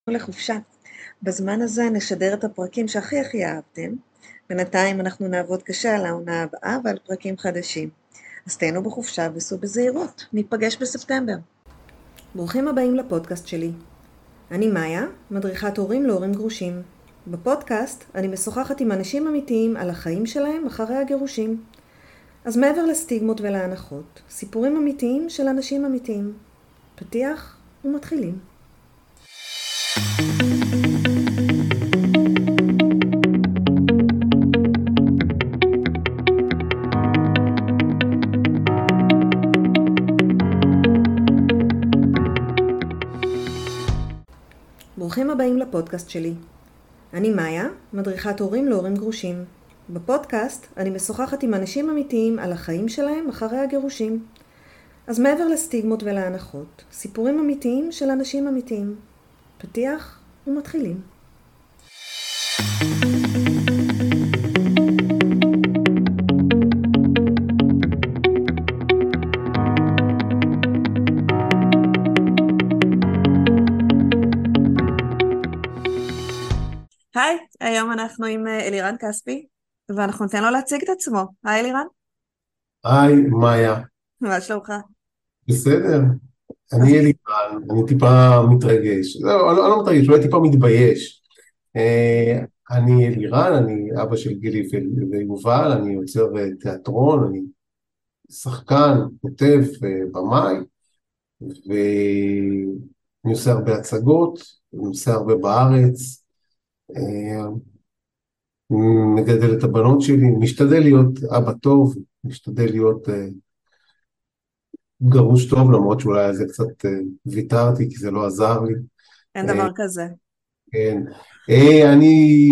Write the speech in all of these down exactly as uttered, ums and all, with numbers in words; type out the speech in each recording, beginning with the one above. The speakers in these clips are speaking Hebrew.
לחופשה. בזמן הזה נשדר את הפרקים שהכי הכי אהבתם. בינתיים אנחנו נעבוד קשה על העונה הבאה ועל פרקים חדשים. אז תהנו בחופשה וסעו בזהירות. ניפגש בספטמבר. ברוכים הבאים לפודקאסט שלי. אני מאיה, מדריכת הורים להורים גרושים. בפודקאסט אני משוחחת עם אנשים אמיתיים על החיים שלהם אחרי הגירושים. אז מעבר לסטיגמות ולהנחות, סיפורים אמיתיים של אנשים אמיתיים. פתיח ומתחילים. ברוכים הבאים לפודקאסט שלי. אני מאיה, מדריכת הורים להורים גרושים. בפודקאסט אני משוחחת עם אנשים אמיתיים על החיים שלהם אחרי הגירושים. אז מעבר לסטיגמות ולהנחות, סיפורים אמיתיים של אנשים אמיתיים. פתיח ומתחילים. היי, היום אנחנו עם אלירן כספי, ואנחנו ניתן לו להציג את עצמו. היי אלירן. היי, מאיה. מה שלומך? בסדר. אני אלירן, אני טיפה מתרגש. לא, אני לא, אני לא מתרגש, אולי טיפה מתבייש. אה, אני אלירן, אני אבא של גילי ו- ויובל, אני יוצר אה, תיאטרון, אני שחקן, כותב, אה, במאי, ואני עושה הרבה הצגות, אני עושה הרבה בארץ, אה, מגדל את הבנות שלי, משתדל להיות אבא טוב, משתדל להיות אה, גרוש טוב, למרות שאולי על זה קצת אה, ויתרתי, כי זה לא עזר לי. אין אה, דבר כזה. כן. אה, אני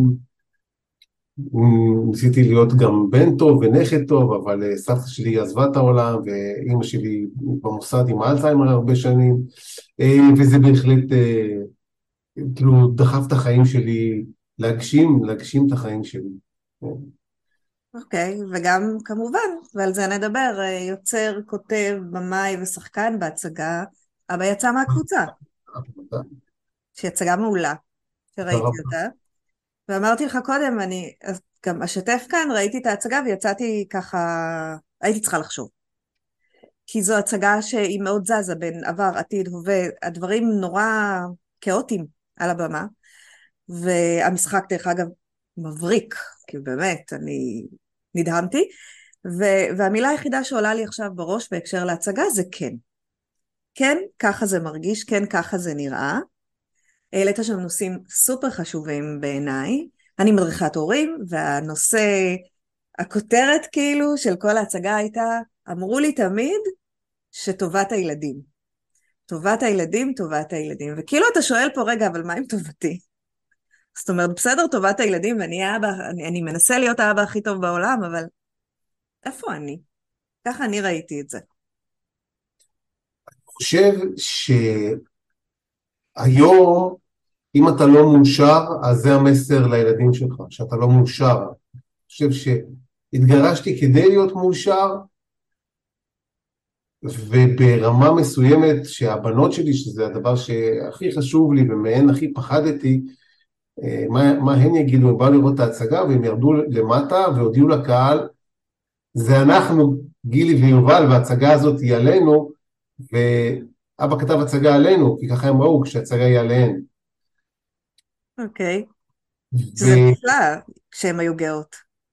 מ, ניסיתי להיות גם בן טוב ונכד טוב, אבל אה, סבתא שלי עזבה את העולם, ואימא שלי במוסד עם אלצהיימר הרבה שנים, אה, וזה בהחלט אה, כאילו דחף את החיים שלי להגשים, להגשים את החיים שלי. כן. אוקיי, וגם כמובן, ועל זה נדבר, אה, יוצר, כותב, במאי ושחקן בהצגה, אבא יצא מהקבוצה, תודה שהיא הצגה מעולה, תודה שראיתי רבה. אותה, ואמרתי לך קודם, אני אז גם אשתף כאן, ראיתי את ההצגה ויצאתי ככה, הייתי צריכה לחשוב, כי זו הצגה שהיא מאוד זזה בין עבר, עתיד, הווה, הדברים נורא כאוטיים על הבמה, והמשחק דרך אגב מבריק, כי באמת, אני נדהמתי, ו- והמילה היחידה שעולה לי עכשיו בראש בהקשר להצגה זה כן. כן, ככה זה מרגיש, כן, ככה זה נראה. העלית שם נושאים סופר חשובים בעיניי. אני מדריכת הורים, והנושא, הכותרת כאילו של כל ההצגה הייתה, אמרו לי תמיד שטובת הילדים. טובת הילדים, טובת הילדים. וכאילו אתה שואל פה, רגע, אבל מה עם טובתי? זאת אומרת, בסדר, טובת הילדים, ואני האבא, אני, אני מנסה להיות האבא הכי טוב בעולם, אבל איפה אני? ככה אני ראיתי את זה. אני חושב שהיום, אם אתה לא מאושר, אז זה המסר לילדים שלך, שאתה לא מאושר. אני חושב שהתגרשתי כדי להיות מאושר, וברמה מסוימת שהבנות שלי, שזה הדבר שהכי חשוב לי ומהן הכי פחדתי, אה, מה, מה הן יגידו, הם באו לראות את ההצגה והם ירדו למטה והודיעו לקהל, זה אנחנו, גילי ויובל, וההצגה הזאת היא עלינו, ואבא כתב הצגה עלינו, כי ככה הם ראו כשההצגה היא עליהן. אוקיי. שזה וכן, נפלא כשהם היו גאות.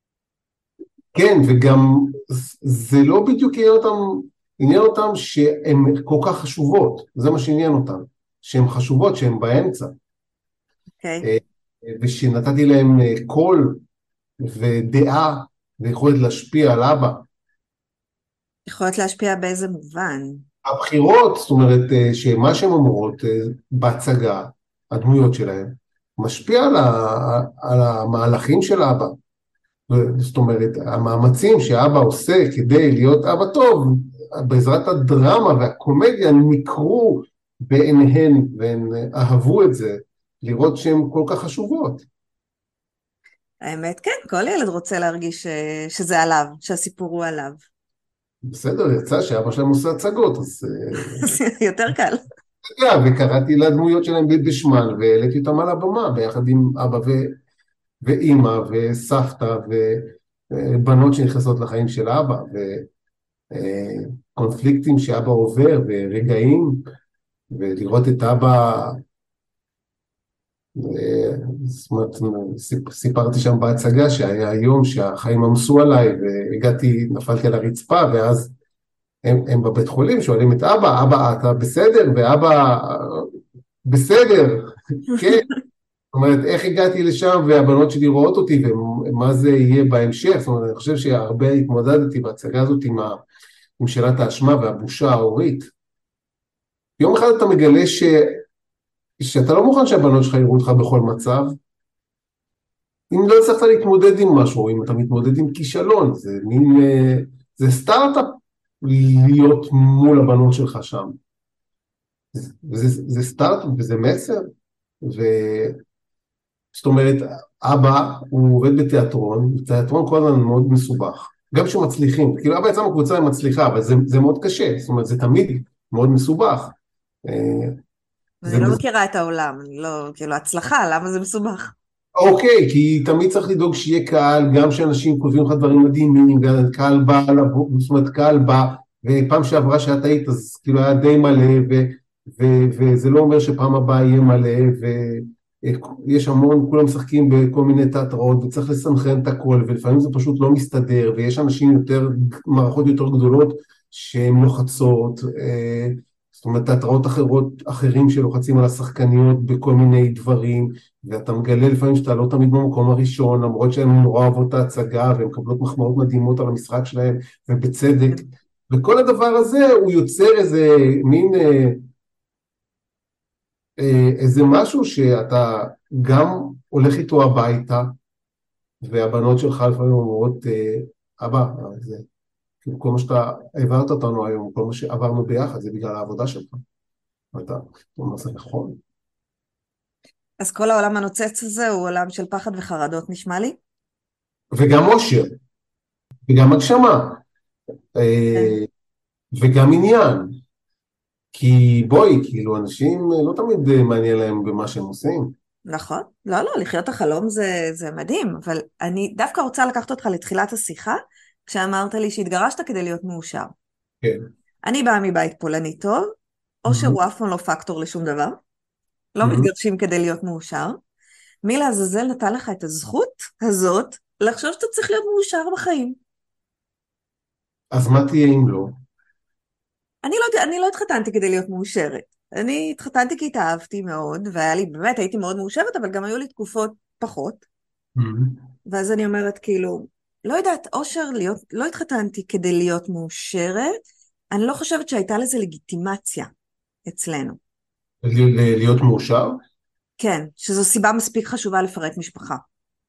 וגם זה לא בדיוק עניין אותם, עניין אותם שהן כל כך חשובות, זה מה שעניין אותם, שהן חשובות, שהן באמצע. אוקיי. אה, ושנתתי להם אה, קול ודעה ויכולת להשפיע על אבא. יכולת להשפיע באיזה מובן. הבחירות, זאת אומרת, אה, שמה שהן אומרות אה, בהצגה, הדמויות שלהן, משפיע על, ה, על המהלכים של אבא. זאת אומרת, המאמצים שאבא עושה כדי להיות אבא טוב, בעזרת הדרמה והקומדיה, הם נקרו בעיניהן, והן אהבו את זה, לראות שהן כל כך חשובות. האמת, כן, כל ילד רוצה להרגיש ש... שזה עליו, שהסיפור הוא עליו. בסדר, יצא שאבא שלהם עושה הצגות, אז... אה, יותר קל. וקראתי לדמויות שלהם בשמן, והעליתי אותם על הבמה, ביחד עם אבא ו... ואימא וסבתא ובנות שנכנסות לחיים של אבא, וקונפליקטים שאבא עובר, ורגעים, ולראות את אבא, זאת אומרת, סיפרתי שם בהצגה שהיה היום שהחיים עמסו עליי, והגעתי, נפלתי על הרצפה, ואז הם, הם בבית חולים, שואלים את אבא, אבא, אתה בסדר? ואבא, בסדר, כן. זאת אומרת, איך הגעתי לשם, והבנות שלי רואות אותי, ומה זה יהיה בהמשך. זאת אומרת, אני חושב שהרבה התמודדתי בהצגה הזאת עם, ה, עם שאלת האשמה והבושה ההורית. יום אחד אתה מגלה ש, שאתה לא מוכן שהבנות שלך יראו אותך בכל מצב, אם לא הצלחת להתמודד עם משהו, אם אתה מתמודד עם כישלון, זה מין, זה סטארט-אפ להיות מול הבנות שלך שם. זה, זה סטארט-אפ וזה מסר, ו... זאת אומרת, אבא הוא עובד בתיאטרון, תיאטרון כל הזמן מאוד מסובך, גם שמצליחים, כאילו אבא יצא מהקבוצה מצליחה, אבל זה, זה מאוד קשה, זאת אומרת, זה תמיד מאוד מסובך. אני לא מכירה את העולם, אני לא, כאילו, הצלחה, למה זה מסובך? אוקיי, כי תמיד צריך לדאוג שיהיה קהל, גם שאנשים כותבים לך דברים מדהימים, קהל בא, זאת אומרת, קהל בא, ופעם שעברה שאת היית, אז כאילו היה די מלא, ו, ו, וזה לא אומר שפעם הבאה יהיה מלא, ויש המון, כולם משחקים בכל מיני תיאטראות, וצריך לסנכרן את הכל, ולפעמים זה פשוט לא מסתדר, ויש אנשים יותר, מערכות יותר גדולות, שהן לוחצות, זאת אומרת, תיאטראות אחרות, אחרים שלוחצים על השחקניות בכל מיני דברים, ואתה מגלה לפעמים שאתה לא תמיד במקום הראשון, למרות שהן נורא אוהבות את ההצגה, והן מקבלות מחמאות מדהימות על המשחק שלהן, ובצדק. וכל הדבר הזה הוא יוצר איזה מין, אה, אה, איזה משהו שאתה גם הולך איתו הביתה, והבנות שלך לפעמים אומרות, אה, אבא, זה, כאילו כל מה שאתה העברת אותנו היום, כל מה שעברנו ביחד, זה בגלל העבודה שלך. ואתה אומר, זה נכון. אז כל העולם הנוצץ הזה הוא עולם של פחד וחרדות, נשמע לי? וגם אושר, וגם הגשמה, כן. וגם עניין. כי בואי, כאילו, אנשים לא תמיד מעניין להם במה שהם עושים. נכון. לא, לא, לחיות את החלום זה, זה מדהים, אבל אני דווקא רוצה לקחת אותך לתחילת השיחה, כשאמרת לי שהתגרשת כדי להיות מאושר. כן. אני באה מבית פולני טוב, אושר הוא אף פעם לא פקטור לשום דבר, לא מתגרשים כדי להיות מאושר. מי לעזאזל נתן לך את הזכות הזאת לחשוב שאתה צריך להיות מאושר בחיים? אז מה תהיה אם לא? אני לא, אני לא התחתנתי כדי להיות מאושרת. אני התחתנתי כי התאהבתי מאוד, והיה לי, באמת הייתי מאוד מאושרת, אבל גם היו לי תקופות פחות. ואז אני אומרת, כאילו, לא יודעת, אושר, להיות, לא התחתנתי כדי להיות מאושרת, אני לא חושבת שהייתה לזה לגיטימציה אצלנו. להיות מאושר? כן, שזו סיבה מספיק חשובה לפרק משפחה.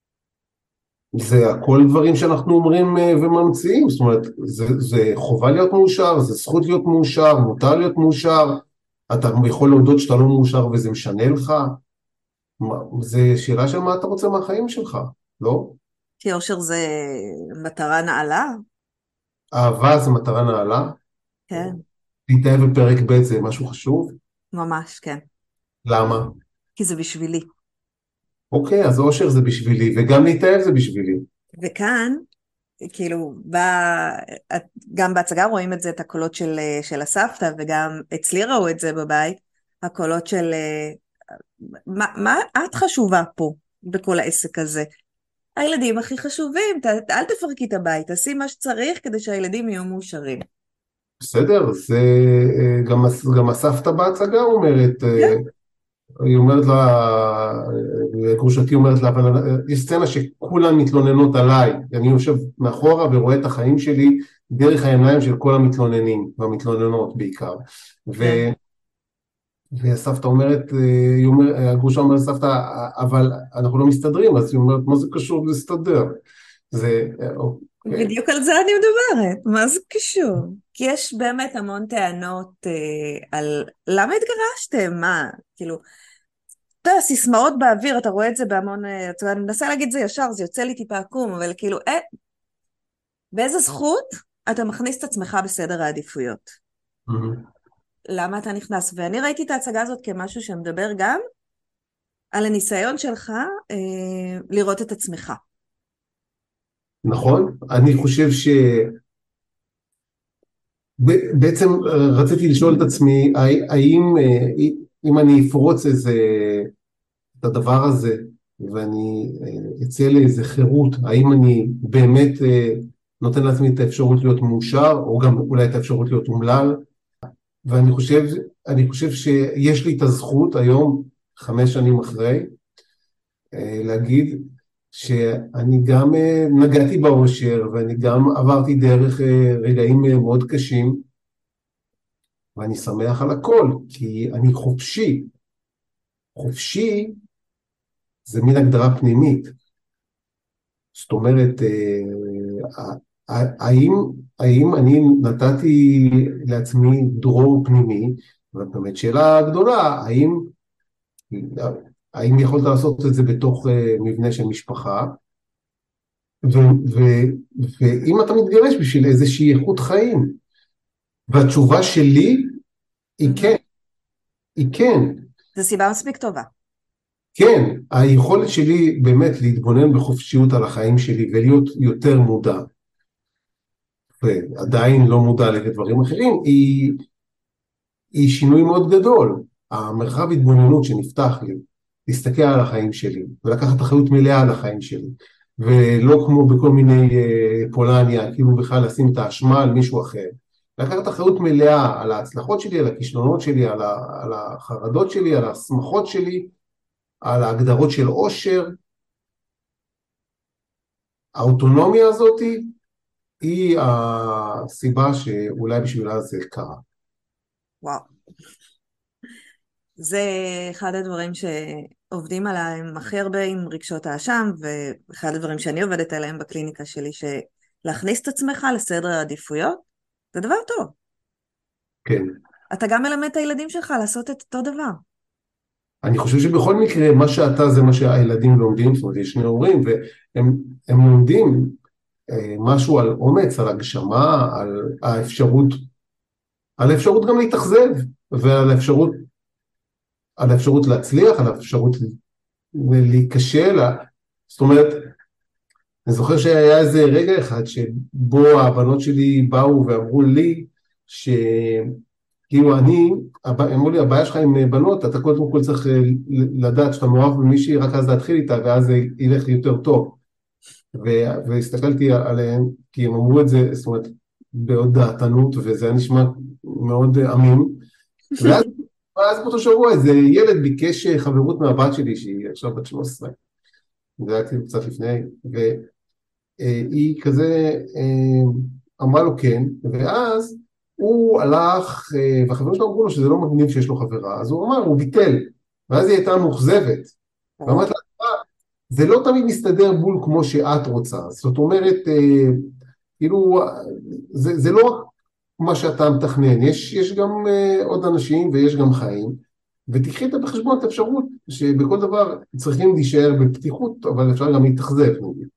זה הכל דברים שאנחנו אומרים וממציאים, זאת אומרת, זה, זה חובה להיות מאושר, זה זכות להיות מאושר, מותר להיות מאושר, אתה יכול להודות שאתה לא מאושר וזה משנה לך, זה שאלה של מה אתה רוצה מהחיים שלך, לא? כי אושר זה מטרה נעלה. אהבה זה מטרה נעלה? כן. להתאהב בפרק ב' זה משהו חשוב? ממש, כן. למה? כי זה בשבילי. אוקיי, אז אושר זה בשבילי, וגם להתאהב זה בשבילי. וכאן, כאילו, בא, גם בהצגה רואים את זה, את הקולות של, של הסבתא, וגם אצלי ראו את זה בבית, הקולות של, מה, מה את חשובה פה, בכל העסק הזה? הילדים הכי חשובים, ת, אל תפרקי את הבית, תעשי מה שצריך כדי שהילדים יהיו מאושרים. בסדר, זה גם, גם הסבתא בהצגה אומרת, כן. היא אומרת לה, גרושתי אומרת לה, אבל יש סצנה שכולם מתלוננות עליי, אני יושב מאחורה ורואה את החיים שלי דרך העיניים של כל המתלוננים, והמתלוננות בעיקר. ו... כן. והסבתא אומרת, אומר, הגרושה אומרת סבתא, אבל אנחנו לא מסתדרים, אז היא אומרת, מה זה קשור להסתדר? זה, אוקיי. בדיוק על זה אני מדברת, מה זה קשור? כי יש באמת המון טענות אה, על למה התגרשתם, מה, כאילו, אתה יודע, סיסמאות באוויר, אתה רואה את זה בהמון, אה, אני מנסה להגיד זה ישר, זה יוצא לי טיפה עקום, אבל כאילו, אה, באיזה זכות אתה מכניס את עצמך בסדר העדיפויות? Mm-hmm. למה אתה נכנס? ואני ראיתי את ההצגה הזאת כמשהו שמדבר גם על הניסיון שלך אה, לראות את עצמך. נכון? אני חושב שבעצם רציתי לשאול את עצמי, האם אם אני אפרוץ איזה, את הדבר הזה, ואני אצא לאיזה חירות, האם אני באמת נותן לעצמי את האפשרות להיות מאושר, או גם אולי את האפשרות להיות אומלל, ואני חושב, אני חושב שיש לי את הזכות היום, חמש שנים אחרי, להגיד שאני גם נגעתי באושר, ואני גם עברתי דרך רגעים מאוד קשים, ואני שמח על הכל, כי אני חופשי. חופשי זה מין הגדרה פנימית. זאת אומרת, האם, האם אני נתתי לעצמי דרור פנימי, ובאמת שאלה גדולה, האם, האם יכולת לעשות את זה בתוך מבנה של משפחה, ו, ו, ואם אתה מתגרש בשביל איזושהי איכות חיים, והתשובה שלי היא כן, היא כן. זו סיבה מספיק טובה. כן, היכולת שלי באמת להתבונן בחופשיות על החיים שלי ולהיות יותר מודע, ועדיין לא מודע לדברים אחרים, היא, היא שינוי מאוד גדול. המרחב התבוננות שנפתח לי, להסתכל על החיים שלי, ולקחת אחריות מלאה על החיים שלי, ולא כמו בכל מיני פולניה, כאילו בכלל לשים את האשמה על מישהו אחר, לקחת אחריות מלאה על ההצלחות שלי, על הכישלונות שלי, על, ה, על החרדות שלי, על השמחות שלי, על ההגדרות של עושר. האוטונומיה הזאת היא הסיבה שאולי בשבילה זה קרה. וואו. זה אחד הדברים שעובדים עליהם הכי הרבה עם רגשות האשם, ואחד הדברים שאני עובדת עליהם בקליניקה שלי, שלהכניס את עצמך לסדר העדיפויות, זה דבר טוב. כן. אתה גם מלמד את הילדים שלך לעשות את אותו דבר. אני חושב שבכל מקרה, מה שאתה זה מה שהילדים לומדים, זאת אומרת, יש שני הורים, והם הם לומדים אה, משהו על אומץ, על הגשמה, על האפשרות, על האפשרות גם להתאכזב, ועל האפשרות, על האפשרות להצליח, על האפשרות להיכשל. זאת אומרת, אני זוכר שהיה איזה רגע אחד שבו הבנות שלי באו ואמרו לי, שכאילו אני, אמרו לי, הבעיה שלך עם בנות, אתה קודם כל צריך לדעת שאתה מאוהב במישהי, רק אז להתחיל איתה, ואז זה ילך יותר טוב. ו- והסתכלתי עליהם, כי הם אמרו את זה, זאת אומרת, בעוד דעתנות, וזה היה נשמע מאוד אמין. ואז, ואז באותו שבוע, איזה ילד ביקש חברות מהבת שלי, שהיא עכשיו בת שלוש עשרה. זה היה כאילו קצת לפני, והיא כזה אמרה לו כן, ואז הוא הלך, והחברים שלו אמרו לו שזה לא מגניב שיש לו חברה, אז הוא אמר, הוא ביטל, ואז היא הייתה מוחזבת, ואמרת לה, זה לא תמיד מסתדר בול כמו שאת רוצה, זאת אומרת, כאילו, זה, זה לא רק מה שאתה מתכנן, יש, יש גם עוד אנשים ויש גם חיים, ותקחי את בחשבון את האפשרות שבכל דבר צריכים להישאר בפתיחות, אבל אפשר גם להתאכזב.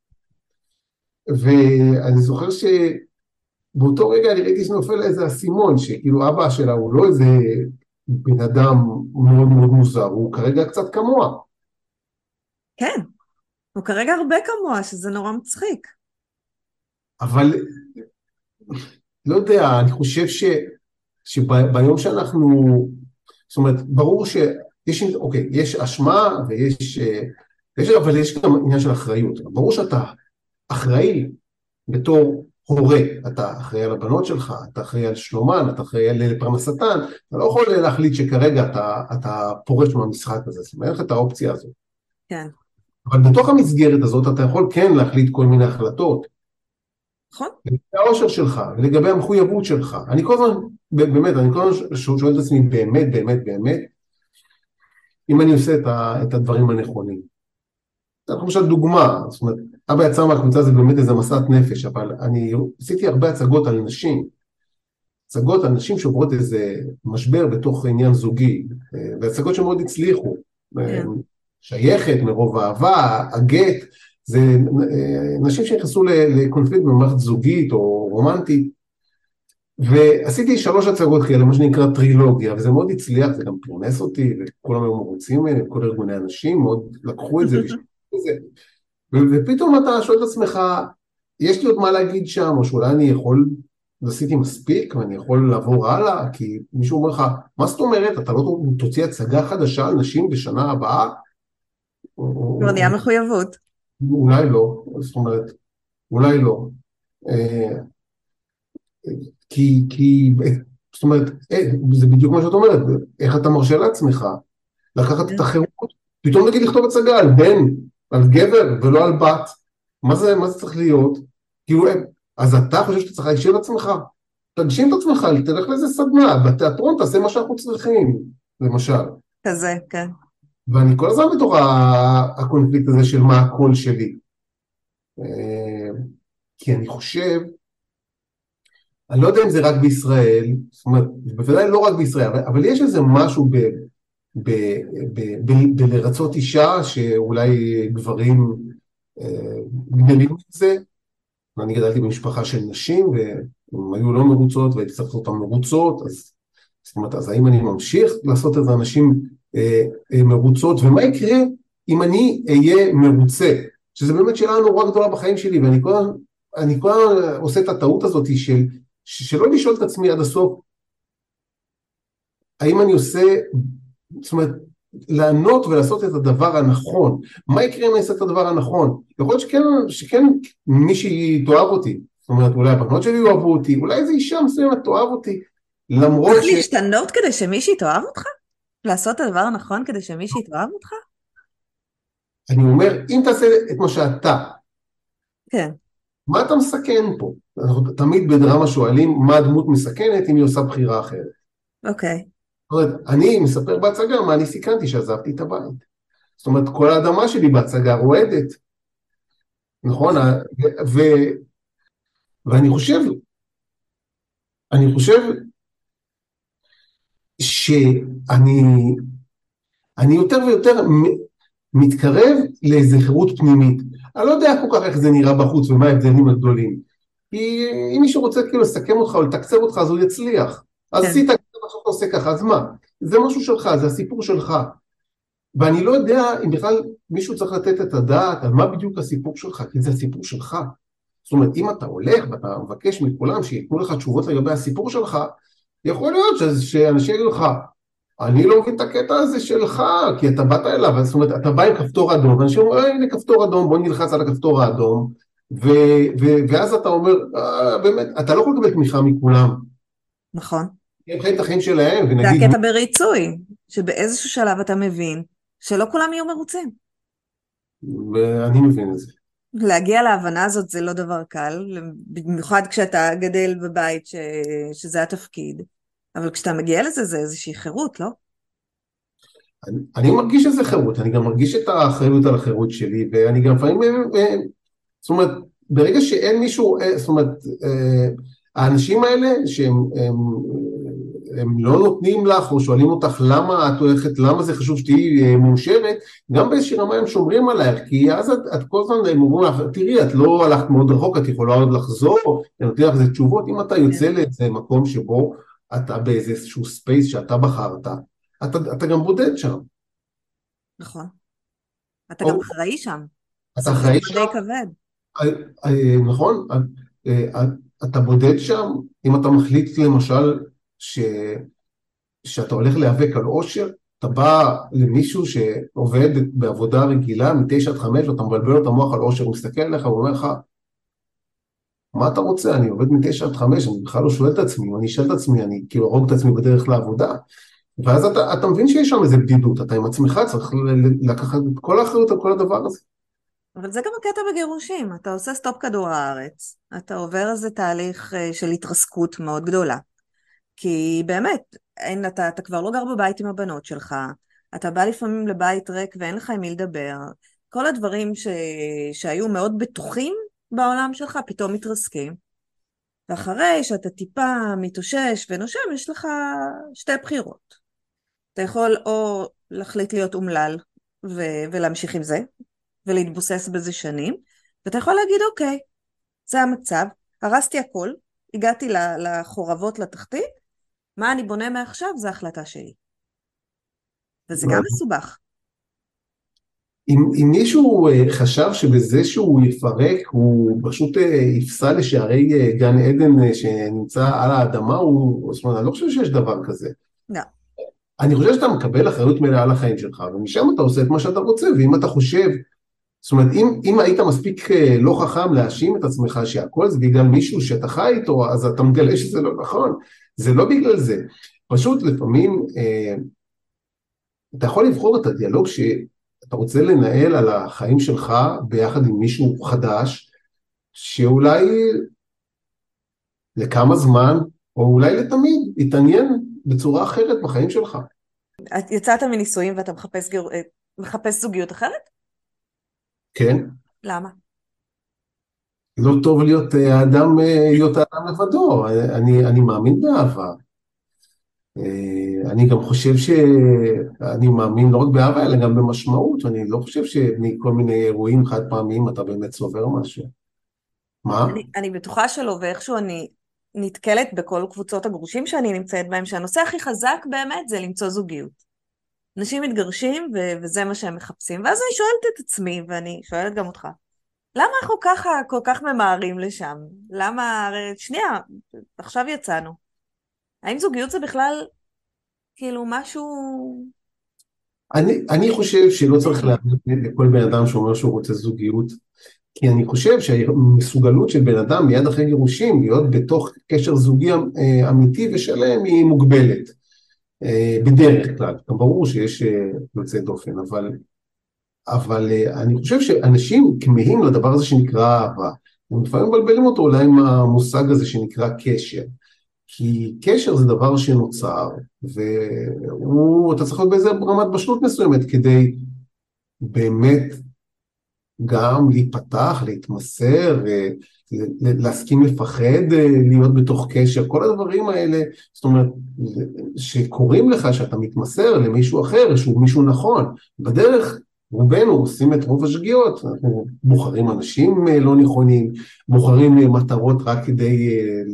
ואני זוכר שבאותו רגע אני ראיתי שנופל איזה אסימון, שכאילו אבא שלה הוא לא איזה בן אדם מאוד מאוד מוזר, הוא כרגע קצת כמוה. כן, הוא כרגע הרבה כמוה, שזה נורא מצחיק. אבל, לא יודע, אני חושב ש, שביום שאנחנו, זאת אומרת, ברור שיש, אוקיי, יש אשמה ויש, יש, אבל יש גם עניין של אחריות. ברור שאתה אחראי בתור הורה, אתה אחראי על הבנות שלך, אתה אחראי על שלומן, אתה אחראי על פרנסתן, אתה לא יכול להחליט שכרגע אתה, אתה פורש מהמשחק הזה, זאת אומרת, את האופציה הזאת. כן. אבל בתוך המסגרת הזאת אתה יכול כן להחליט כל מיני החלטות. נכון. לגבי האושר שלך, ולגבי המחויבות שלך. אני כל הזמן, באמת, אני כל הזמן שואל את עצמי, באמת, באמת, באמת, אם אני עושה את, ה, את הדברים הנכונים. למשל דוגמה, זאת אומרת, אבא יצא מהקבוצה זה באמת איזה מסעת נפש, אבל אני עשיתי הרבה הצגות על נשים, הצגות על נשים שעוברות איזה משבר בתוך עניין זוגי, והצגות שמאוד הצליחו, yeah. שייכת, מרוב אהבה, הגט, זה נשים שנכנסו לקונפליקט במערכת זוגית או רומנטית, ועשיתי שלוש הצגות כאלה, מה שנקרא טרילוגיה, וזה מאוד הצליח, זה גם פרנס אותי, וכולם היו מרוצים ממני, כל ארגוני אנשים מאוד לקחו את זה, והשתמשו בזה. ו- ופתאום אתה שואל את עצמך, יש לי עוד מה להגיד שם, או שאולי אני יכול, אז עשיתי מספיק, ואני יכול לעבור הלאה, כי מישהו אומר לך, מה זאת אומרת, אתה לא תוציא הצגה חדשה על נשים בשנה הבאה? או- כבר או- נהיה מחויבות. או- אולי לא, זאת אומרת, אולי לא. אה, כי, כי, זאת אומרת, אה, זה בדיוק מה שאת אומרת, איך אתה מרשה לעצמך לקחת את החירות, פתאום נגיד לכתוב הצגה על בן, על גבר ולא על בת, מה זה, מה זה צריך להיות? כאילו, אה, אז אתה חושב שאתה צריך להגשים את עצמך? תגשים את עצמך, תלך לאיזה סדנה, בתיאטרון תעשה מה שאנחנו צריכים, למשל. כזה, כן. ואני כל הזמן בתוך ה- הקונפליקט הזה של מה הקול שלי. אה, כי אני חושב, אני לא יודע אם זה רק בישראל, זאת אומרת, בוודאי לא רק בישראל, אבל, אבל יש איזה משהו ב, ב, ב, ב, בלרצות אישה, שאולי גברים אה, גדלים את זה. אני גדלתי במשפחה של נשים, והן היו לא מרוצות, והייתי צריך לעשות אותן מרוצות, אז, זאת אומרת, אז האם אני ממשיך לעשות את האנשים אה, אה, מרוצות, ומה יקרה אם אני אהיה מרוצה? שזה באמת שאלה נורא גדולה בחיים שלי, ואני כל הזמן, אני כל הזמן עושה את הטעות הזאת של, שלא לשאול את עצמי עד הסוף, האם אני עושה, זאת אומרת, לענות ולעשות את הדבר הנכון. מה יקרה אם אני אעשה את הדבר הנכון? יכול להיות שכן, שכן מישהי תאהב אותי. זאת אומרת, אולי הבנות שלי יאהבו אותי, אולי איזו אישה מסוימת תאהב אותי, למרות צריך ש... להשתנות כדי שמישהי תאהב אותך? לעשות את הדבר הנכון כדי שמישהי תאהב אותך? אני אומר, אם תעשה את מה שאתה, כן, מה אתה מסכן פה? אנחנו תמיד בדרמה שואלים, מה הדמות מסכנת אם היא עושה בחירה אחרת. אוקיי. זאת אומרת, אני מספר בהצגה מה אני סיכנתי שעזבתי את הבית. זאת אומרת, כל האדמה שלי בהצגה רועדת. נכון? ו- ו- ואני חושב, אני חושב שאני אני יותר ויותר מתקרב לאיזו חירות פנימית. אני לא יודע כל כך איך זה נראה בחוץ ומה ההבדלים הגדולים. כי אם מישהו רוצה כאילו לסכם אותך או לתקצב אותך, אז הוא יצליח. אז כן. עשית, עכשיו אתה עושה ככה, אז מה? זה משהו שלך, זה הסיפור שלך. ואני לא יודע אם בכלל מישהו צריך לתת את הדעת על מה בדיוק הסיפור שלך, כי זה הסיפור שלך. זאת אומרת, אם אתה הולך ואתה מבקש מכולם שיתנו לך תשובות לגבי הסיפור שלך, יכול להיות ש- שאנשים יגידו לך, אני לא מבין את הקטע הזה שלך, כי אתה באת אליו, זאת אומרת, אתה בא עם כפתור אדום, ואנשים אומרים, הנה כפתור אדום, בוא נלחץ על הכפתור האדום, ו- ו- ואז אתה אומר, אה, באמת, אתה לא יכול לקבל תמיכה מכולם, נכון. הם חיים את החיים שלהם, זה ונגיד, הקטע בריצוי, שבאיזשהו שלב אתה מבין שלא כולם יהיו מרוצים. ואני מבין את זה. להגיע להבנה הזאת זה לא דבר קל, במיוחד כשאתה גדל בבית ש... שזה התפקיד. אבל כשאתה מגיע לזה זה איזושהי חירות, לא? אני, אני מרגיש איזה חירות, אני גם מרגיש את האחריות על החירות שלי, ואני גם לפעמים, אה, אה, זאת אומרת, ברגע שאין מישהו, אה, זאת אומרת, אה, האנשים האלה שהם הם, הם לא נותנים לך או שואלים אותך למה את הולכת, למה זה חשוב שתהיי אה, מאושרת, גם באיזושהי רמה הם שומרים עלייך, כי אז את, את כל הזמן הם אומרים לך, תראי, את לא הלכת מאוד רחוק, את יכולה עוד לחזור, הם נותנים לך איזה תשובות, אם אתה כן. יוצא לאיזה מקום שבו אתה באיזשהו ספייס שאתה בחרת, אתה, אתה גם בודד שם. נכון. אתה גם או, אחראי שם. אתה בסוף זה אחראי כבר שם, די כבד. אה, אה, נכון? אה, אה, אתה בודד שם, אם אתה מחליט למשל ש... שאתה הולך להיאבק על אושר, אתה בא למישהו שעובד בעבודה רגילה מתשע עד חמש, ואתה מבלבל לו את המוח על אושר, הוא מסתכל עליך, הוא אומר לך, מה אתה רוצה? אני עובד מתשע עד חמש, אני בכלל לא שואל את עצמי, אם אני אשאל את עצמי, אני כאילו ארוג את עצמי בדרך לעבודה. ואז אתה, אתה מבין שיש שם איזה בדידות, אתה עם עצמך צריך לקחת את כל האחריות על כל הדבר הזה. אבל זה גם הקטע בגירושים. אתה עושה סטופ כדור הארץ. אתה עובר איזה תהליך אה, של התרסקות מאוד גדולה. כי באמת, אין, אתה, אתה כבר לא גר בבית עם הבנות שלך. אתה בא לפעמים לבית ריק ואין לך עם מי לדבר. כל הדברים ש, שהיו מאוד בטוחים בעולם שלך פתאום מתרסקים. ואחרי שאתה טיפה מתאושש ונושם, יש לך שתי בחירות. אתה יכול או להחליט להיות אומלל ו- ולהמשיך עם זה, ולהתבוסס בזה שנים, ואתה יכול להגיד, אוקיי, זה המצב, הרסתי הכל, הגעתי לחורבות, לתחתית, מה אני בונה מעכשיו זה החלטה שלי. וזה גם מסובך. אם, אם מישהו אה, חשב שבזה שהוא יפרק, הוא פשוט אה, יפסע לשערי אה, גן עדן אה, שנמצא על האדמה, הוא, זאת אומרת, אני לא חושב שיש דבר כזה. לא. אני חושב שאתה מקבל אחריות מלאה על החיים שלך, ומשם אתה עושה את מה שאתה רוצה, ואם אתה חושב, זאת אומרת, אם, אם היית מספיק אה, לא חכם להאשים את עצמך שהכל זה בגלל מישהו שאתה חי איתו, אז אתה מגלה שזה לא נכון. זה לא בגלל זה. פשוט לפעמים, אה, אתה יכול לבחור את הדיאלוג שאתה רוצה לנהל על החיים שלך ביחד עם מישהו חדש, שאולי לכמה זמן, או אולי לתמיד, יתעניין בצורה אחרת בחיים שלך. את יצאת מנישואים ואתה מחפש, גר... מחפש זוגיות אחרת? כן? למה? לא טוב להיות אה, האדם, אה, להיות האדם לבדו. אני, אני מאמין באהבה. אה, אני גם חושב שאני מאמין לא רק באהבה, אלא גם במשמעות. אני לא חושב שמכל מיני אירועים חד פעמיים אתה באמת סובר משהו. מה? אני, אני בטוחה שלא, ואיכשהו אני נתקלת בכל קבוצות הגרושים שאני נמצאת בהם, שהנושא הכי חזק באמת זה למצוא זוגיות. אנשים מתגרשים ו- וזה מה שהם מחפשים, ואז אני שואלת את עצמי, ואני שואלת גם אותך, למה אנחנו ככה כל כך ממהרים לשם? למה, הרי שנייה, עכשיו יצאנו. האם זוגיות זה בכלל כאילו משהו... אני, אני חושב שלא צריך להאמין לכל בן אדם שאומר שהוא רוצה זוגיות, כי אני חושב שהמסוגלות של בן אדם מיד אחרי גירושים להיות בתוך קשר זוגי אה, אמיתי ושלם היא מוגבלת, אה, בדרך כלל. גם ברור שיש אה, יוצא דופן, אבל, אבל אה, אני חושב שאנשים כמהים לדבר הזה שנקרא אהבה, הם לפעמים מבלבלים אותו אולי עם המושג הזה שנקרא קשר. כי קשר זה דבר שנוצר, ואתה צריך להיות באיזה רמת בשלות מסוימת, כדי באמת גם להיפתח, להתמסר, להסכים לפחד, להיות בתוך קשר, כל הדברים האלה, זאת אומרת, שקוראים לך שאתה מתמסר למישהו אחר, שהוא מישהו נכון, בדרך רובנו עושים את רוב השגיאות, אנחנו בוחרים אנשים לא נכונים, בוחרים מטרות רק כדי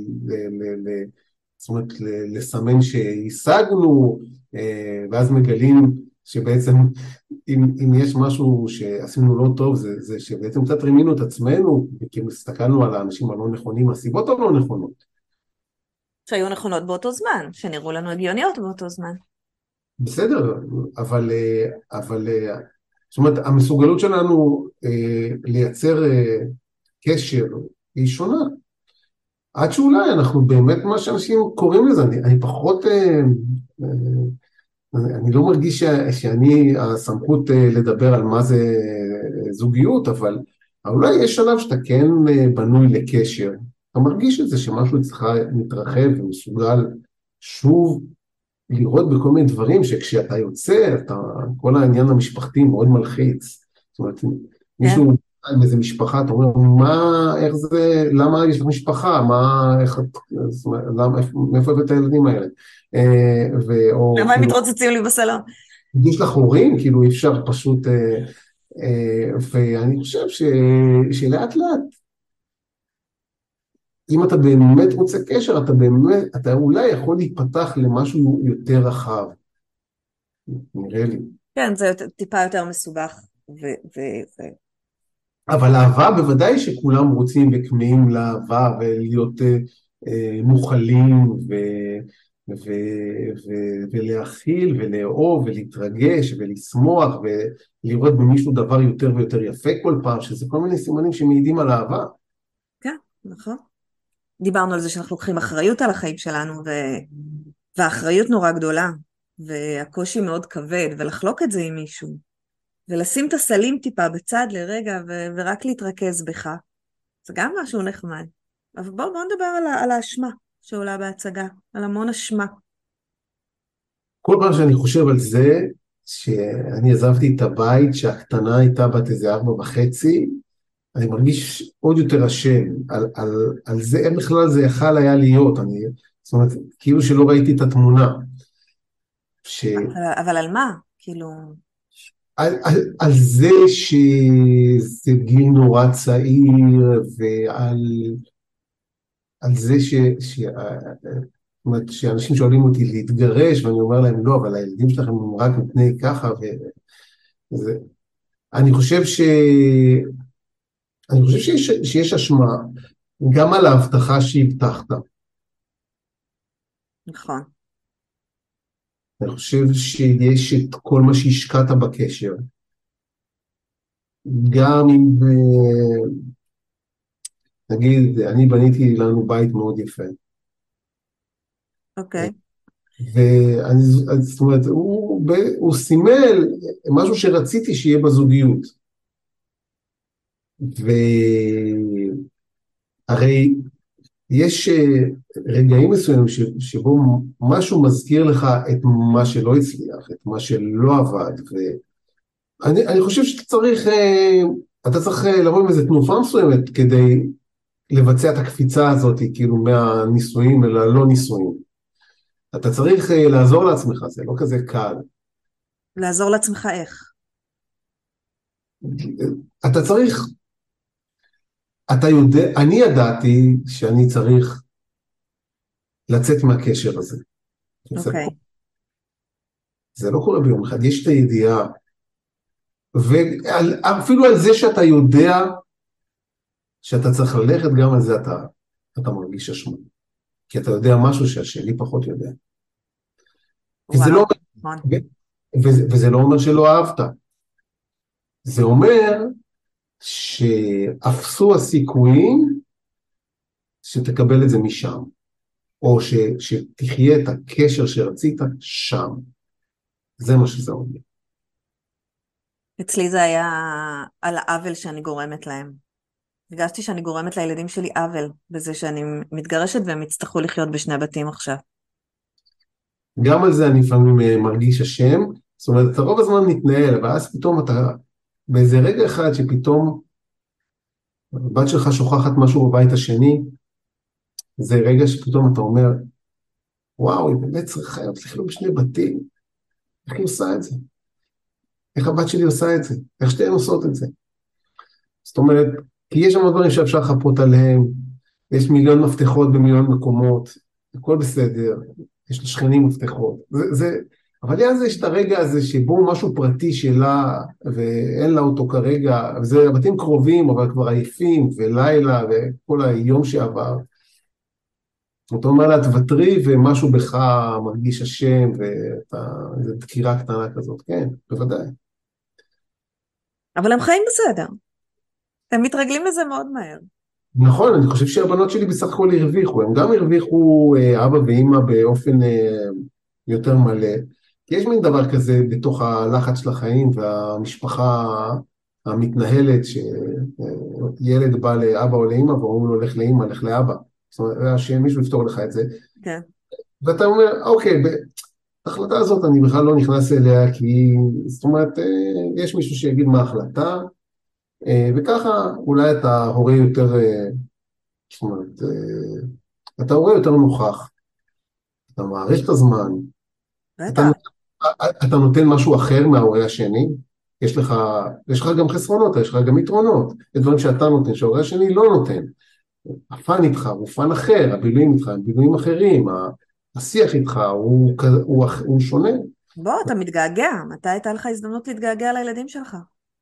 זאת אומרת, לסמן שהשגנו, ואז מגלים שבעצם אם, אם יש משהו שעשינו לא טוב, זה, זה שבעצם קצת רימינו את עצמנו, כי הסתכלנו על האנשים הלא נכונים, הסיבות הלא נכונות. שהיו נכונות באותו זמן, שנראו לנו הגיוניות באותו זמן. בסדר, אבל, אבל זאת אומרת, המסוגלות שלנו לייצר קשר היא שונה. עד שאולי אנחנו באמת מה שאנשים קוראים לזה, אני, אני פחות, אה, אה, אני לא מרגיש ש, שאני הסמכות אה, לדבר על מה זה זוגיות, אבל אולי יש שלב שאתה כן אה, בנוי לקשר, אתה מרגיש את זה שמשהו אצלך מתרחב ומסוגל שוב לראות בכל מיני דברים שכשאתה יוצא, אתה, כל העניין המשפחתי מאוד מלחיץ, זאת אומרת, מישהו... עם איזה משפחה, אתה אומר, מה, איך זה, למה יש לך משפחה, מה, איך, למה, מאיפה הבאת את הילדים האלה? למה הם מתרוצצים לי בסלון? יש לך הורים, כאילו אי אפשר פשוט, ואני חושב שלאט לאט, אם אתה באמת רוצה קשר, אתה באמת, אתה אולי יכול להיפתח למשהו יותר רחב, נראה לי. כן, זה טיפה יותר מסובך, ו... אבל אהבה בוודאי שכולם רוצים וכמהים לאהבה ולהיות אה, אה, מוכלים ו, ו, ו, ולהכיל ולאהוב ולהתרגש ולשמוח ולראות במישהו דבר יותר ויותר יפה כל פעם, שזה כל מיני סימנים שמעידים על אהבה. כן, נכון. דיברנו על זה שאנחנו לוקחים אחריות על החיים שלנו, ו... והאחריות נורא גדולה, והקושי מאוד כבד, ולחלוק את זה עם מישהו. ולשים את הסלים טיפה בצד לרגע, ו- ורק להתרכז בך. זה גם משהו נחמד. אבל בואו בוא נדבר על, על האשמה שעולה בהצגה, על המון אשמה. כל פעם שאני חושב על זה, שאני עזבתי את הבית, שהקטנה הייתה בת איזה ארבע וחצי, אני מרגיש עוד יותר אשם, על, על, על זה, איך בכלל זה יכל היה להיות, אני, זאת אומרת, כאילו שלא ראיתי את התמונה. ש... אבל, אבל על מה? כאילו... על, על, על זה שזה גיל נורא צעיר, ועל על זה ש... ש... זאת אומרת, שאנשים שואלים אותי להתגרש, ואני אומר להם, לא, אבל הילדים שלכם הם רק מפני ככה, וזה... אני חושב ש... אני חושב שיש, שיש אשמה גם על ההבטחה שהבטחת. נכון. אני חושב שיש את כל מה שהשקעת בקשר, גם אם, אה, נגיד, אני בניתי לנו בית מאוד יפה, אוקיי. ואני, זאת אומרת, הוא, ב- הוא סימל משהו שרציתי שיהיה בזוגיות, והרי יש אה, רגעים מסוימים ש, שבו משהו מזכיר לך את מה שלא הצליח, את מה שלא עבד, ואני אני חושב שאתה צריך, אה, אתה צריך אה, לבוא עם איזו תנופה מסוימת כדי לבצע את הקפיצה הזאת, כאילו מהניסויים אל הלא ניסויים. אתה צריך אה, לעזור לעצמך, זה לא כזה קל. לעזור לעצמך איך? אתה צריך, אתה יודע, אני ידעתי שאני צריך לצאת מהקשר הזה. זה לא, אוקיי. זה לא קורה ביום אחד, יש את הידיעה, ואפילו על זה שאתה יודע שאתה צריך ללכת, גם על זה אתה, אתה מרגיש אשמה. כי אתה יודע משהו שהשני פחות יודע. וזה וואו. לא, נכון. וזה, וזה לא אומר שלא אהבת. זה אומר שאפסו הסיכויים שתקבל את זה משם, או ש, שתחיה את הקשר שרצית שם. זה מה שזה אומר. אצלי זה היה על העוול שאני גורמת להם. הרגשתי שאני גורמת לילדים שלי עוול, בזה שאני מתגרשת והם יצטרכו לחיות בשני בתים עכשיו. גם על זה אני לפעמים אה, מרגיש אשם, זאת אומרת, אתה רוב הזמן מתנהל, ואז פתאום אתה, באיזה רגע אחד שפתאום הבת שלך שוכחת משהו בבית השני, זה רגע שפתאום אתה אומר, וואו, היא באמת צריכה לחיות בשני בתים, איך היא עושה את זה? איך הבת שלי עושה את זה? איך שתיהן עושות את זה? זאת אומרת, כי יש שם דברים שאפשר לחפות עליהם, יש מיליון מפתחות במיליון מקומות, הכל בסדר, יש לשכנים מפתחות, זה, זה, אבל אז יש את הרגע הזה שבו משהו פרטי שלה, ואין לה אותו כרגע, וזה בתים קרובים, אבל כבר עייפים, ולילה, וכל היום שעבר. אתה אומר לה, תוותרי, ומשהו בך מרגיש אשם, וזו דקירה קטנה כזאת, כן, בוודאי. אבל הם חיים בסדר. הם מתרגלים לזה מאוד מהר. נכון, אני חושב שהבנות שלי בסך הכל הרוויחו, הם גם הרוויחו אה, אבא ואמא באופן אה, יותר מלא, כי יש מין דבר כזה בתוך הלחץ של החיים והמשפחה המתנהלת, שילד בא לאבא או לאמא ואומרים לו לך לאמא, לך לאבא, זאת אומרת שמישהו יפתור לך את זה, כן. ואתה אומר אוקיי, בהחלטה הזאת אני בכלל לא נכנס אליה, כי זאת אומרת אה, יש מישהו שיגיד מה ההחלטה, אה, וככה אולי אתה הורה יותר, אה, זאת אומרת, אה, אתה הורה יותר נוכח, אתה מעריך את הזמן, אתה, בטח. אתה נותן משהו אחר מההורה השני, יש לך, יש לך גם חסרונות, יש לך גם יתרונות, יש דברים שאתה נותן, שההורה השני לא נותן, הפן איתך הוא פן אחר, הבילויים איתך הם בילויים אחרים, השיח איתך הוא, הוא, הוא שונה. בוא, אתה מתגעגע. מתי הייתה לך הזדמנות להתגעגע לילדים שלך?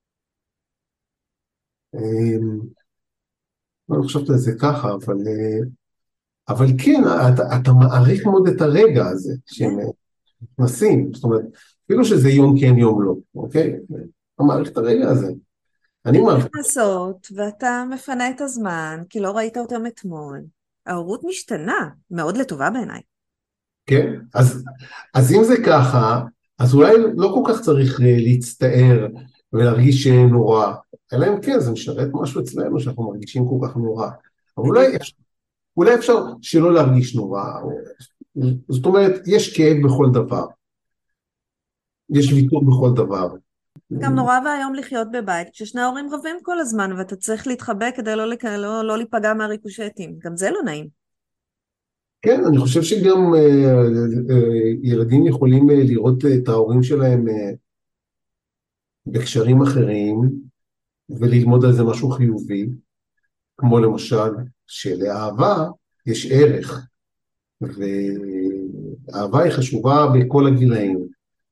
לא חשבתי על זה ככה, אבל, אבל כן, אתה, אתה מעריך מאוד את הרגע הזה, שהם נכנסים, זאת אומרת, אפילו שזה יום כן יום לא, אוקיי? אתה מעריך את הרגע הזה. אני הן מעריך. נכנסות, ואתה מפנה את הזמן, כי לא ראית אותם אתמול. ההורות משתנה, מאוד לטובה בעיניי. כן, אז, אז אם זה ככה, אז אולי לא כל כך צריך להצטער ולהרגיש נורא, אלא אם כן, זה משרת משהו אצלנו שאנחנו מרגישים כל כך נורא. אבל אולי, בדיוק. אולי אפשר שלא להרגיש נורא. זאת אומרת, יש כאב בכל דבר. יש ויתור בכל דבר. גם נורא ואיום לחיות בבית, כששני ההורים רבים כל הזמן, ואתה צריך להתחבא כדי לא, לק... לא, לא להיפגע מהריקושטים. גם זה לא נעים. כן, אני חושב שגם אה, אה, ילדים יכולים אה, לראות את ההורים שלהם אה, בקשרים אחרים, וללמוד על זה משהו חיובי, כמו למשל שלאהבה יש ערך, ואהבה היא חשובה בכל הגילאים.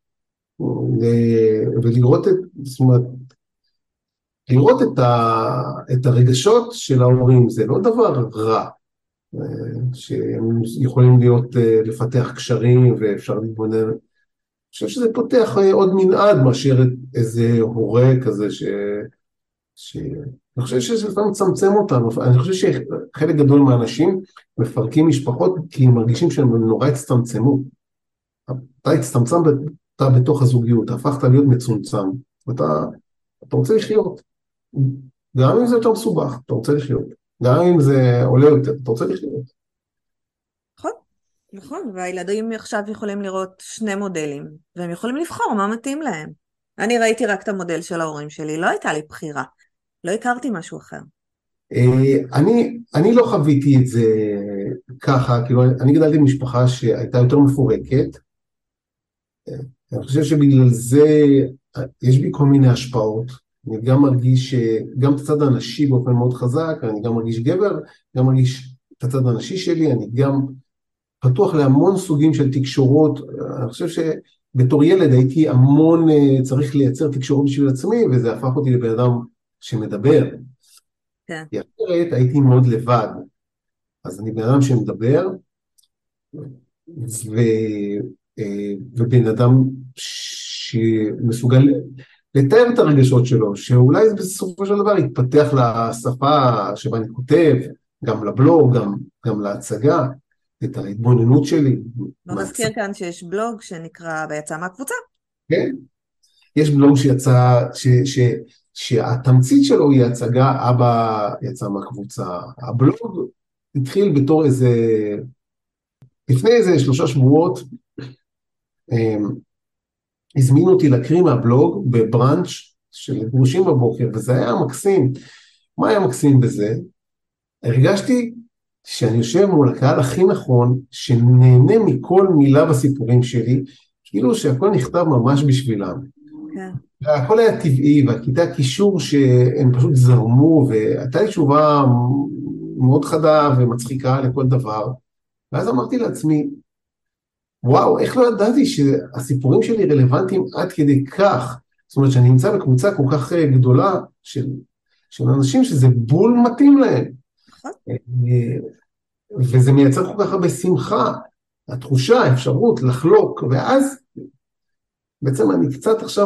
ו- ולראות את, זאת אומרת, לראות את, ה, את הרגשות של ההורים, זה לא דבר רע, אה, שהם יכולים להיות, אה, לפתח קשרים ואפשר להתבונן. אני חושב שזה פותח אה, עוד מנעד מאשר את איזה הורה כזה ש... ש... אני חושב שזה לפעמים מצמצם אותנו, אני חושב שחלק גדול מהאנשים מפרקים משפחות כי הם מרגישים שהם נורא הצטמצמו. אתה הצטמצם, אתה בתוך הזוגיות, אתה הפכת להיות מצומצם, ואתה אתה רוצה לחיות. גם אם זה יותר מסובך, אתה רוצה לחיות. גם אם זה עולה יותר, אתה רוצה לחיות. נכון, נכון, והילדים עכשיו יכולים לראות שני מודלים, והם יכולים לבחור מה מתאים להם. אני ראיתי רק את המודל של ההורים שלי, לא הייתה לי בחירה, לא הכרתי משהו אחר. אה, אני, אני לא חוויתי את זה ככה, כאילו, אני גדלתי במשפחה שהייתה יותר מפורקת, אני חושב שבגלל זה יש בי כל מיני השפעות, אני גם מרגיש, גם את הצד הנשי באופן מאוד חזק, אני גם מרגיש גבר, גם מרגיש את הצד הנשי שלי, אני גם פתוח להמון סוגים של תקשורות, אני חושב שבתור ילד הייתי המון צריך לייצר תקשורות בשביל עצמי, וזה הפך אותי לבן אדם שמדבר. כן. כי אחרת הייתי מאוד לבד, אז אני בן אדם שמדבר, ו, ובן אדם שמסוגל לתאר את הרגשות שלו, שאולי בסופו של דבר יתפתח לשפה שבה אני כותב, גם לבלוג, גם, גם להצגה, את ההתבוננות שלי. בוא נזכיר כאן שיש בלוג שנקרא ביצא מהקבוצה. כן, יש בלוג שיצא, ש, ש, שהתמצית שלו היא הצגה, אבא יצא מהקבוצה. הבלוג התחיל בתור איזה, לפני איזה שלושה שבועות, הזמינו אותי להקריא מהבלוג בברנץ' של גרושים בבוקר, וזה היה מקסים. מה היה מקסים בזה? הרגשתי שאני יושב מול הקהל הכי נכון, שנהנה מכל מילה בסיפורים שלי, כאילו שהכל נכתב ממש בשבילם. כן. הכל היה טבעי, והכיתה קישור שהם פשוט זרמו, והייתה לי תשובה מאוד חדה ומצחיקה לכל דבר, ואז אמרתי לעצמי, וואו, איך לא ידעתי שהסיפורים שלי רלוונטיים עד כדי כך, זאת אומרת שאני נמצא בקבוצה כל כך גדולה של, של אנשים שזה בול מתאים להם, וזה מייצר כל כך הרבה שמחה, התחושה, האפשרות לחלוק, ואז בעצם אני קצת עכשיו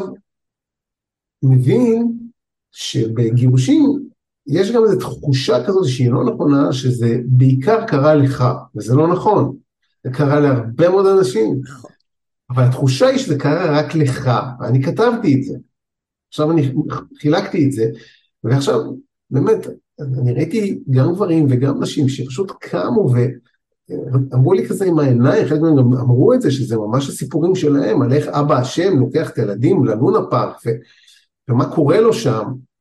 מבין שבגירושים יש גם איזו תחושה כזאת שהיא לא נכונה, שזה בעיקר קרה לך, וזה לא נכון, זה קרה להרבה מאוד אנשים, אבל התחושה היא שזה קרה רק לך, ואני כתבתי את זה, עכשיו אני חילקתי את זה, ועכשיו באמת, אני ראיתי גם גברים וגם נשים שפשוט קמו ואמרו לי כזה עם העיניים, חלק מהם גם אמרו את זה, שזה ממש הסיפורים שלהם, על איך אבא השם לוקח את הילדים ללונה פארק, ו, ומה קורה לו שם,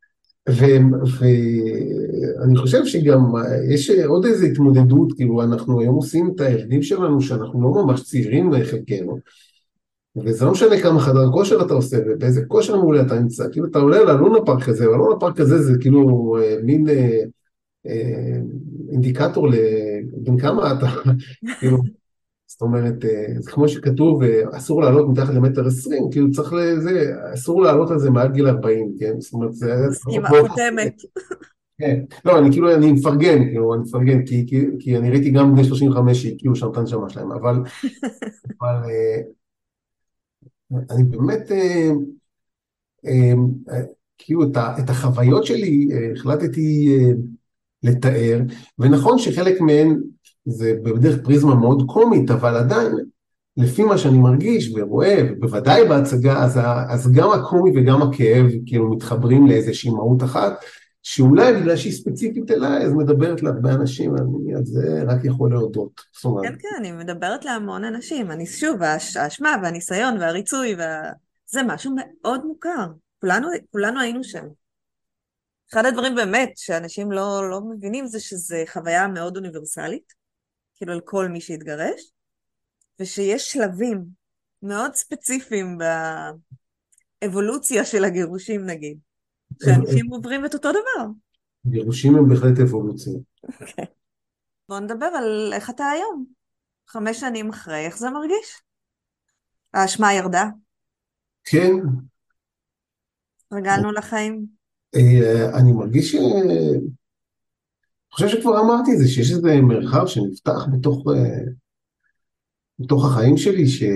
ואני חושב שגם יש עוד איזו התמודדות, כאילו אנחנו היום עושים את הילדים שלנו, שאנחנו לא ממש צעירים לחלקנו, וזה לא משנה כמה חדר כושר אתה עושה, ובאיזה כושר מעולה אתה נמצא, כאילו אתה עולה ללונה פארק הזה, והלונה פארק הזה זה כאילו אה, מין אה, אה, אינדיקטור לבין כמה אתה, כאילו, זאת אומרת, אה, זה כמו שכתוב, אה, אסור לעלות מתחת למטר עשרים, כאילו צריך לזה, אסור לעלות על זה מעל גיל ארבעים, כן? זאת אומרת, זה... מסכימה, חותמת. כן, לא, אני כאילו, אני מפרגן, כאילו, אני מפרגן, כי, כי, כי אני ראיתי גם בני שלושים וחמש שהקיעו שם את הנשמה שלהם, אבל, אבל, אה, אני באמת, אה, אה, אה, כאילו את, ה, את החוויות שלי אה, החלטתי אה, לתאר, ונכון שחלק מהן זה בדרך פריזמה מאוד קומית, אבל עדיין, לפי מה שאני מרגיש ורואה, ובוודאי בהצגה, אז, ה, אז גם הקומי וגם הכאב כאילו מתחברים לאיזושהי מהות אחת, שאולי בגלל שהיא ספציפית אליי, אז מדברת להרבה אנשים, אני על זה רק יכול להודות. כן, כן, אני מדברת להמון אנשים. אני שוב, האש- האשמה והניסיון והריצוי, וה... זה משהו מאוד מוכר. כולנו, כולנו היינו שם. אחד הדברים באמת שאנשים לא, לא מבינים זה שזה חוויה מאוד אוניברסלית, כאילו על כל מי שהתגרש, ושיש שלבים מאוד ספציפיים באבולוציה של הגירושים נגיד, שאנשים עוברים את אותו דבר. גירושים הם בהחלט אבולוציה. Okay. בוא נדבר על איך אתה היום, חמש שנים אחרי, איך זה מרגיש? האשמה ירדה? כן, רגלנו לחיים? אה, אני מרגיש, אה, חושב שכבר אמרתי את זה, שיש איזה מרחב שנפתח בתוך, אה, בתוך החיים שלי, ש,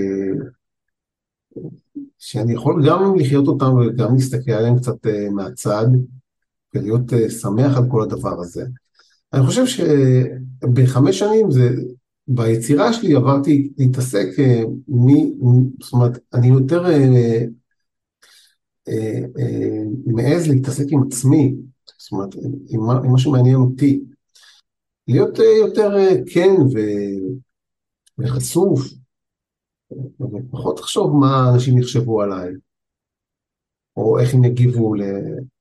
שאני יכול גם לחיות אותם וגם להסתכל עליהם קצת אה, מהצד, ולהיות אה, שמח על כל הדבר הזה. אני חושב שבחמש שנים זה, ביצירה שלי עברתי להתעסק, אה, מי, זאת אומרת, אני יותר אה, אה, אה, מעז להתעסק עם עצמי, זאת אומרת, עם מה, עם מה שמעניין אותי. להיות אה, יותר אה, כן ו- וחשוף, ופחות לחשוב מה אנשים יחשבו עליי, או איך הם יגיבו, ל...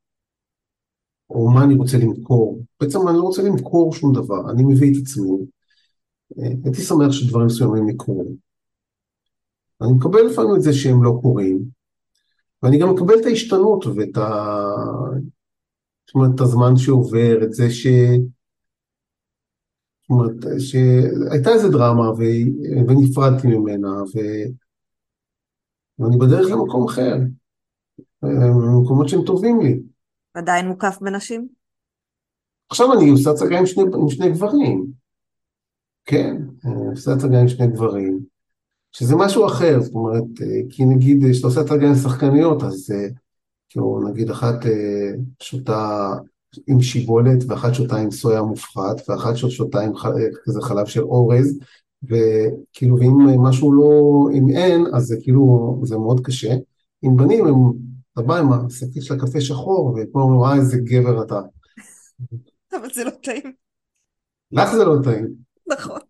או מה אני רוצה למכור. בעצם אני לא רוצה למכור שום דבר, אני מביא את עצמי. אה, הייתי שמח שדברים מסוימים יקרו. אני מקבל לפעמים את זה שהם לא קורים, ואני גם מקבל את ההשתנות ואת ה... זאת אומרת, את הזמן שעובר, את זה ש... זאת אומרת, שהייתה איזו דרמה ו... ונפרדתי ממנה, ו... ואני בדרך למקום אחר, אה, מקומות שהם טובים לי. עדיין מוקף בנשים? עכשיו אני עושה הצגה עם שני, עם שני גברים, כן, אה, עושה הצגה עם שני גברים, שזה משהו אחר, זאת אומרת, אה, כי נגיד, אה, שאתה עושה הצגה עם שחקניות, אז אה, כאילו, נגיד אחת אה, שותה עם שיבולת, ואחת שותה עם סויה מופחת, ואחת שותה עם ח- אה, כזה חלב של אורז, וכאילו, ואם אה, משהו לא, אם אין, אז זה כאילו, זה מאוד קשה. עם בנים, הם, אתה בא עם השקית של הקפה שחור, וכמו אומרים, אה, איזה גבר אתה. אבל זה לא טעים. לך זה לא טעים. נכון.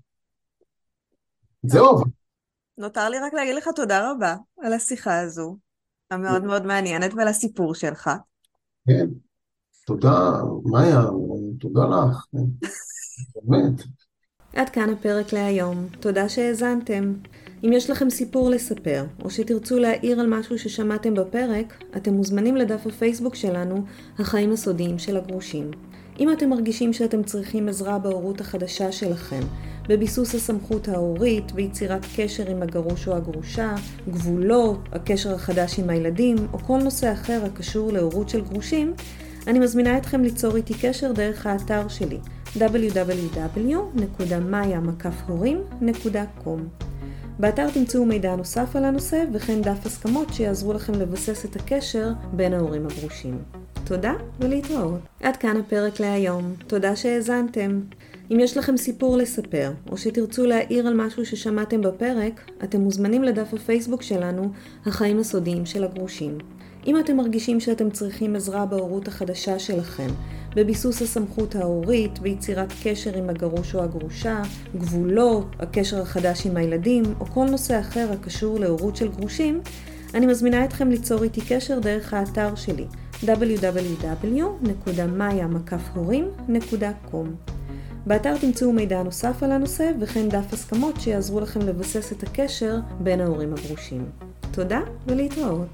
טוב, זהו, נותר לי רק להגיד לך תודה רבה על השיחה הזו, המאוד מאוד מעניינת, ועל הסיפור שלך. כן, תודה, מאיה, תודה לך, באמת. עד כאן הפרק להיום. תודה שהאזנתם. אם יש לכם סיפור לספר, או שתרצו להעיר על משהו ששמעתם בפרק, אתם מוזמנים לדף הפייסבוק שלנו, החיים הסודיים של הגרושים. אם אתם מרגישים שאתם צריכים עזרה בהורות החדשה שלכם, בביסוס הסמכות ההורית, ביצירת קשר עם הגרוש או הגרושה, גבולות, הקשר החדש עם הילדים, או כל נושא אחר הקשור להורות של גרושים, אני מזמינה אתכם ליצור איתי קשר דרך האתר שלי, דאבליו דאבליו דאבליו נקודה מאיה מקף הורים נקודה קום. באתר תמצאו מידע נוסף על הנושא וכן דף הסכמות שיעזרו לכם לבסס את הקשר בין ההורים הגרושים. תודה ולהתראות. עד כאן הפרק להיום. תודה שהאזנתם. אם יש לכם סיפור לספר, או שתרצו להעיר על משהו ששמעתם בפרק, אתם מוזמנים לדף הפייסבוק שלנו, החיים הסודיים של הגרושים. אם אתם מרגישים שאתם צריכים עזרה בהורות החדשה שלכם, בביסוס הסמכות ההורית, ביצירת קשר עם הגרוש או הגרושה, גבולות, הקשר החדש עם הילדים, או כל נושא אחר הקשור להורות של גרושים, אני מזמינה אתכם ליצור איתי קשר דרך האתר שלי, דאבליו דאבליו דאבליו נקודה מאיה מקף הורים נקודה קום. באתר תמצאו מידע נוסף על הנושא וכן דף הסכמות שיעזרו לכם לבסס את הקשר בין ההורים הגרושים. תודה ולהתראות.